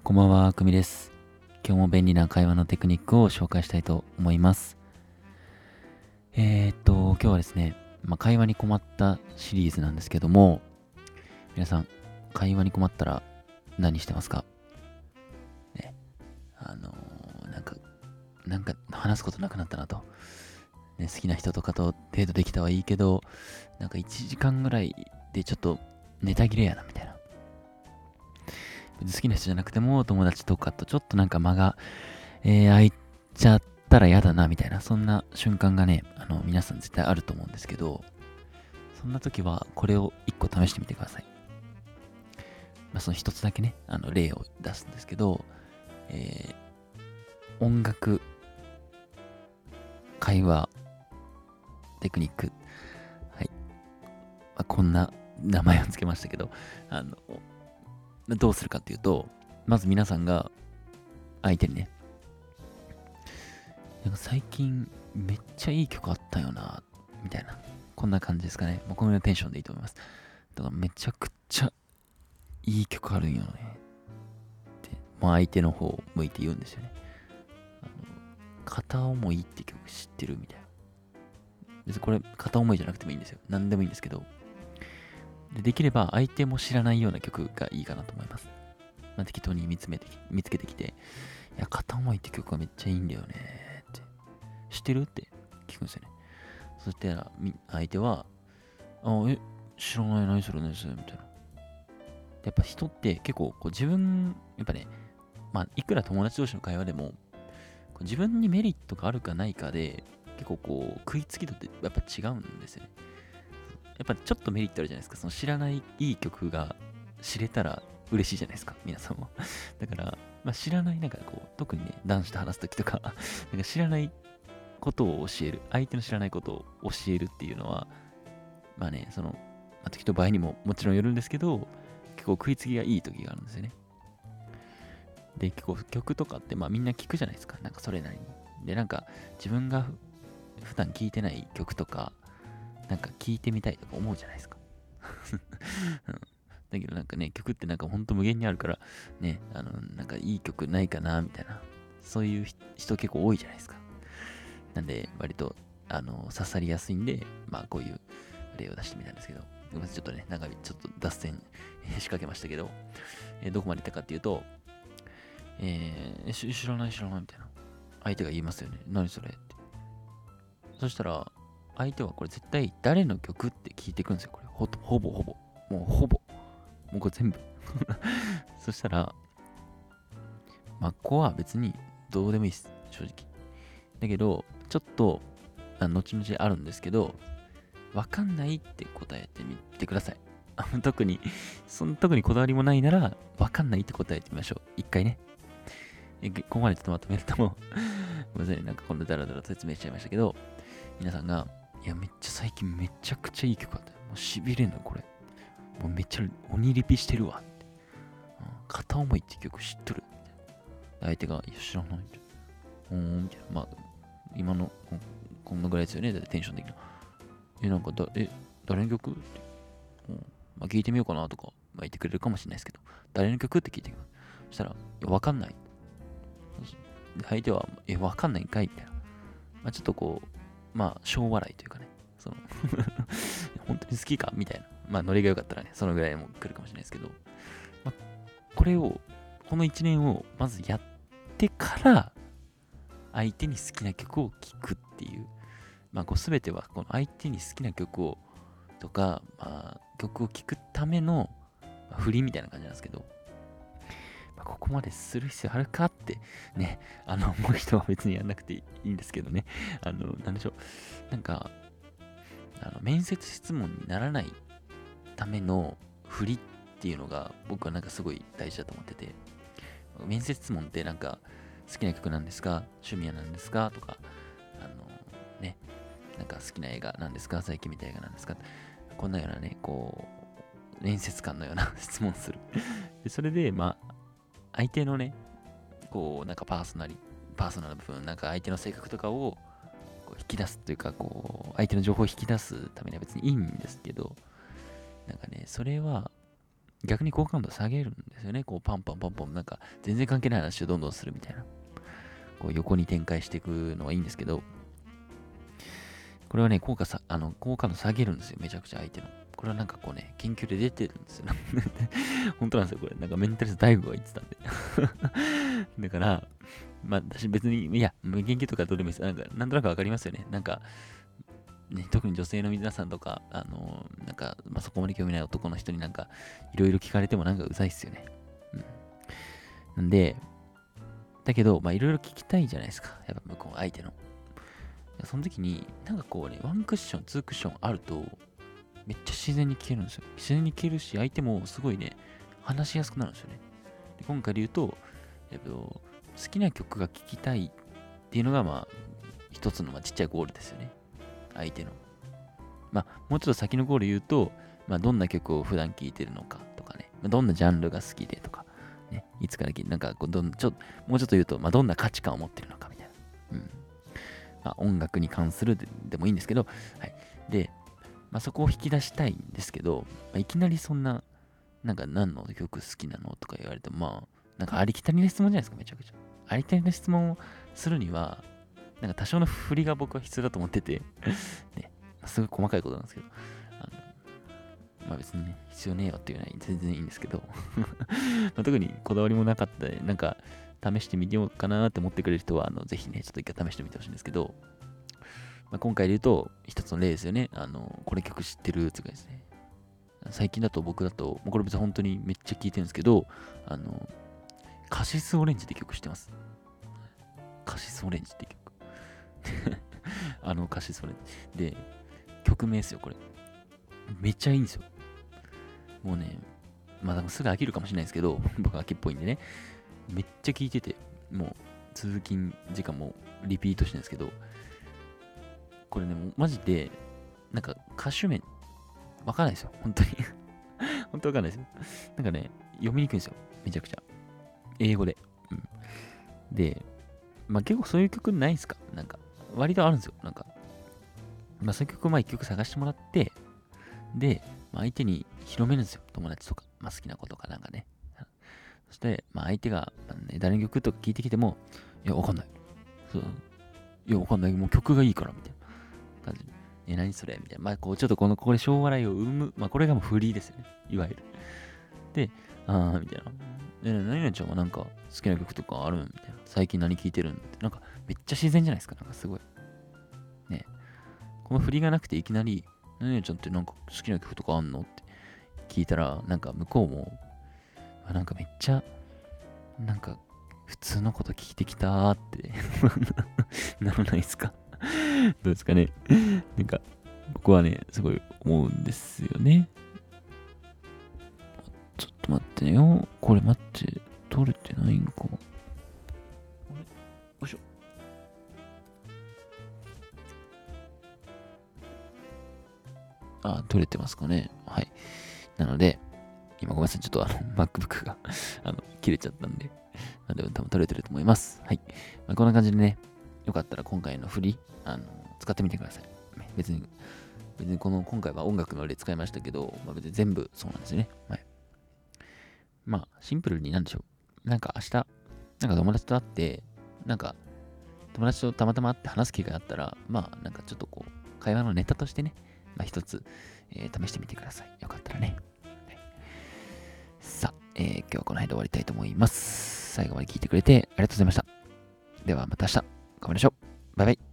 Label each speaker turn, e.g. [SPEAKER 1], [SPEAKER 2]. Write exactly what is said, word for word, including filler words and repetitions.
[SPEAKER 1] こんばんは、くみです。今日も便利な会話のテクニックを紹介したいと思います。えーっと、今日はですね、まあ、会話に困ったシリーズなんですけども、皆さん、会話に困ったら何してますか？ね、あのーなんか、なんか話すことなくなったなと。ね、好きな人とかとデートできたはいいけど、なんかいちじかんぐらいでちょっとネタ切れやな、みたいな。好きな人じゃなくても友達とかとちょっとなんか間が、えー、空いちゃったら嫌だなみたいな、そんな瞬間がね、あの皆さん絶対あると思うんですけど、そんな時はこれを一個試してみてください。まあ、その一つだけね、あの例を出すんですけど、えー、音楽会話テクニック、はい、まあ、こんな名前をつけましたけど、あのどうするかっていうと、まず皆さんが相手にね、なんか最近めっちゃいい曲あったよな、みたいな。こんな感じですかね。もうこのようなテンションでいいと思います。だからめちゃくちゃいい曲あるんよね。って、もう相手の方を向いて言うんですよね。あの、片思いって曲知ってるみたいな。別にこれ片思いじゃなくてもいいんですよ。何でもいいんですけど。で、できれば相手も知らないような曲がいいかなと思います。まあ、適当に見つめて見つけてきて、いや、片思いって曲がめっちゃいいんだよねって。知ってるって聞くんですよね。そしたら、相手は、あ、え、知らない、何それ、何それ、みたいな。やっぱ人って結構こう自分、やっぱね、まあ、いくら友達同士の会話でも、こう自分にメリットがあるかないかで、結構こう、食いつき度ってやっぱ違うんですよね。やっぱちょっとメリットあるじゃないですか。その知らないいい曲が知れたら嬉しいじゃないですか、皆さんも。だから、まあ、知らない、なんかこう、特にね、男子と話すときとか、なんか知らないことを教える、相手の知らないことを教えるっていうのは、まあね、その、まあ、時と場合にももちろんよるんですけど、結構食いつきがいい時があるんですよね。で、結構曲とかってまあみんな聞くじゃないですか。なんかそれなりに。で、なんか自分が普段聴いてない曲とか、なんか聴いてみたいとか思うじゃないですか。うん、だけどなんかね、曲ってなんかほんと無限にあるから、ね、あの、なんかいい曲ないかな、みたいな。そういう人結構多いじゃないですか。なんで、割と、あの、刺さりやすいんで、まあこういう例を出してみたんですけど、ちょっとね、なんかちょっと脱線仕掛けましたけど、えーどこまでいったかっていうと、えー、知らない知らないみたいな。相手が言いますよね。何それって。そしたら、相手はこれ絶対誰の曲って聞いていくんですよ。これほほぼほぼ。もうほぼ。もうこれ全部。そしたら、まあ、ここは別にどうでもいいです。正直。だけど、ちょっと、あ後々あるんですけど、わかんないって答えてみてください。特に、その特にこだわりもないなら、わかんないって答えてみましょう。一回ね。えここまでちょっとまとめるとごめんなさいね。なんかこんなダラダラと説明しちゃいましたけど、皆さんが、いや、めっちゃ最近めちゃくちゃいい曲あったよ。もう痺れんのこれ。もうめっちゃ鬼リピしてるわって。うん、片思いって曲知っとるみたいな。相手が、いや、知らないみたいな。うーん、みたいな。まあ、今のこ、こんなぐらいですよね。だってテンション的な。え、なんかだ、え、誰の曲って。うん、まあ、聞いてみようかなとか、まあ、言ってくれるかもしれないですけど、誰の曲って聞いてみます。そしたら、いや、わかんない。相手は、え、わかんないんかいみたいな。まあ、ちょっとこう、まあ、小笑いというかね、その本当に好きかみたいな。まあ、ノリが良かったらね、そのぐらいも来るかもしれないですけど、まあ、これを、この一年をまずやってから、相手に好きな曲を聴くっていう、まあ、こう全ては、この相手に好きな曲を、とか、まあ、曲を聴くための、まあ、振りみたいな感じなんですけど、まあ、ここまでする必要あるかってね、あの、思う人は別にやんなくていいんですけどね、あの、なんでしょう、なんか、あの面接質問にならないための振りっていうのが僕はなんかすごい大事だと思ってて、面接質問ってなんか好きな曲なんですか、趣味は何ですかとか、あのね、なんか好きな映画なんですか、最近見た映画なんですか、こんなようなね、こう、面接官のような質問する。でそれで、まあ、相手のね、こう、なんかパーソナリ、パーソナルな部分、なんか相手の性格とかをこう引き出すというか、こう、相手の情報を引き出すためには別にいいんですけど、なんかね、それは、 逆に好感度下げるんですよね。こうパンパンパンパン、なんか全然関係ない話をどんどんするみたいな。こう横に展開していくのはいいんですけど、これはね、効果さ、あの、好感度下げるんですよ。めちゃくちゃ相手の。これはなんかこうね、研究で出てるんですよ。本当なんですよ、これ。なんかメンタリスト大悟が言ってたんで。だから、まあ私別に、いや、研究とかどうでもいいです。なんか、なんとなくわかりますよね。なんか、ね、特に女性の皆さんとか、あのーなんか、まあ、そこまで興味ない男の人になんか、いろいろ聞かれてもなんかうざいっすよね。うん。なんで、だけど、まあ、いろいろ聞きたいじゃないですか。やっぱ向こう、相手の。その時に、なんかこうね、ワンクッション、ツークッションあると、めっちゃ自然に聞けるんですよ。自然に聞けるし、相手もすごいね、話しやすくなるんですよね。で今回で言うと、えっと、好きな曲が聴きたいっていうのが、まあ、一つのまあちっちゃいゴールですよね。相手の。まあ、もうちょっと先のゴール言うと、まあ、どんな曲を普段聴いてるのかとかね、まあ、どんなジャンルが好きでとか、ね、いつから聴いて、なんかこうどんちょ、もうちょっと言うと、まあ、どんな価値観を持ってるのかみたいな。うん。まあ、音楽に関する で, でもいいんですけど、はい。で、まあ、そこを引き出したいんですけど、まあ、いきなりそんな、なんか何の曲好きなのとか言われても、まあ、なんかありきたりな質問じゃないですか、めちゃくちゃ。ありきたりな質問をするには、なんか多少の振りが僕は必要だと思ってて、ね、すごい細かいことなんですけど、あのまあ別にね、必要ねえよっていうのは全然いいんですけど、まあ特にこだわりもなかったで、なんか試してみようかなって思ってくれる人は、あのぜひね、ちょっと一回試してみてほしいんですけど、まあ、今回で言うと、一つの例ですよね。あの、これ曲知ってるとかですね。最近だと僕だと、もうこれ別に本当にめっちゃ聴いてるんですけど、あの、カシスオレンジって曲知ってます？カシスオレンジって曲。あのカシスオレンジ。で、曲名ですよ、これ。めっちゃいいんですよ。もうね、まあすぐ飽きるかもしれないですけど、僕は飽きっぽいんでね、めっちゃ聴いてて、もう通勤時間もリピートしてるんですけど、これね、もうマジで、なんか歌手名、わかんないですよ、本当に。本当わかんないですよ。なんかね、読みにくいんですよ、めちゃくちゃ。英語で。うん、で、まあ結構そういう曲ないですか？なんか、割とあるんですよ。なんか、まあそういう曲をまあ一曲探してもらって、で、まあ、相手に広めるんですよ。友達とか、まあ好きな子とかなんかね。そして、まあ相手が、まあね、誰の曲とか聞いてきても、いや、わかんない。そう。いや、わかんない。もう曲がいいから、みたいな感じで。え、何それみたいな。まあ、こう、ちょっとこの、ここで小笑いを生む。まあ、これがもうフリーですよね。いわゆる。で、あー、みたいな。え、何々ちゃんはなんか好きな曲とかあるんみたいな。最近何聴いてるんって。なんか、めっちゃ自然じゃないですか。なんかすごい。ね。この振りがなくていきなり、何々ちゃんってなんか好きな曲とかあんのって聞いたら、なんか向こうも、あなんかめっちゃ、なんか、普通のこと聞いてきたーってならないですか？どうですかね？なんか、僕はね、すごい思うんですよね。ちょっと待ってねよ。これ待って、取れてないんか。あれ？よいしょ。あ、取れてますかね。はい。なので、今ごめんなさい。ちょっとあの、MacBook があの、切れちゃったんで、まあ、でも多分取れてると思います。はい。まあ、こんな感じでね、よかったら今回の振り、あの、使ってみてください。別に、別にこの、今回は音楽の例使いましたけど、まあ、別に全部そうなんですよね。はい。まあ、シンプルになんでしょう。なんか明日、なんか友達と会って、なんか、友達とたまたま会って話す機会があったら、まあ、なんかちょっとこう、会話のネタとしてね、まあ一つ、えー試してみてください。よかったらね。はい、さあ、えー今日はこの辺で終わりたいと思います。最後まで聞いてくれてありがとうございました。ではまた明日、頑張りましょう。バイバイ。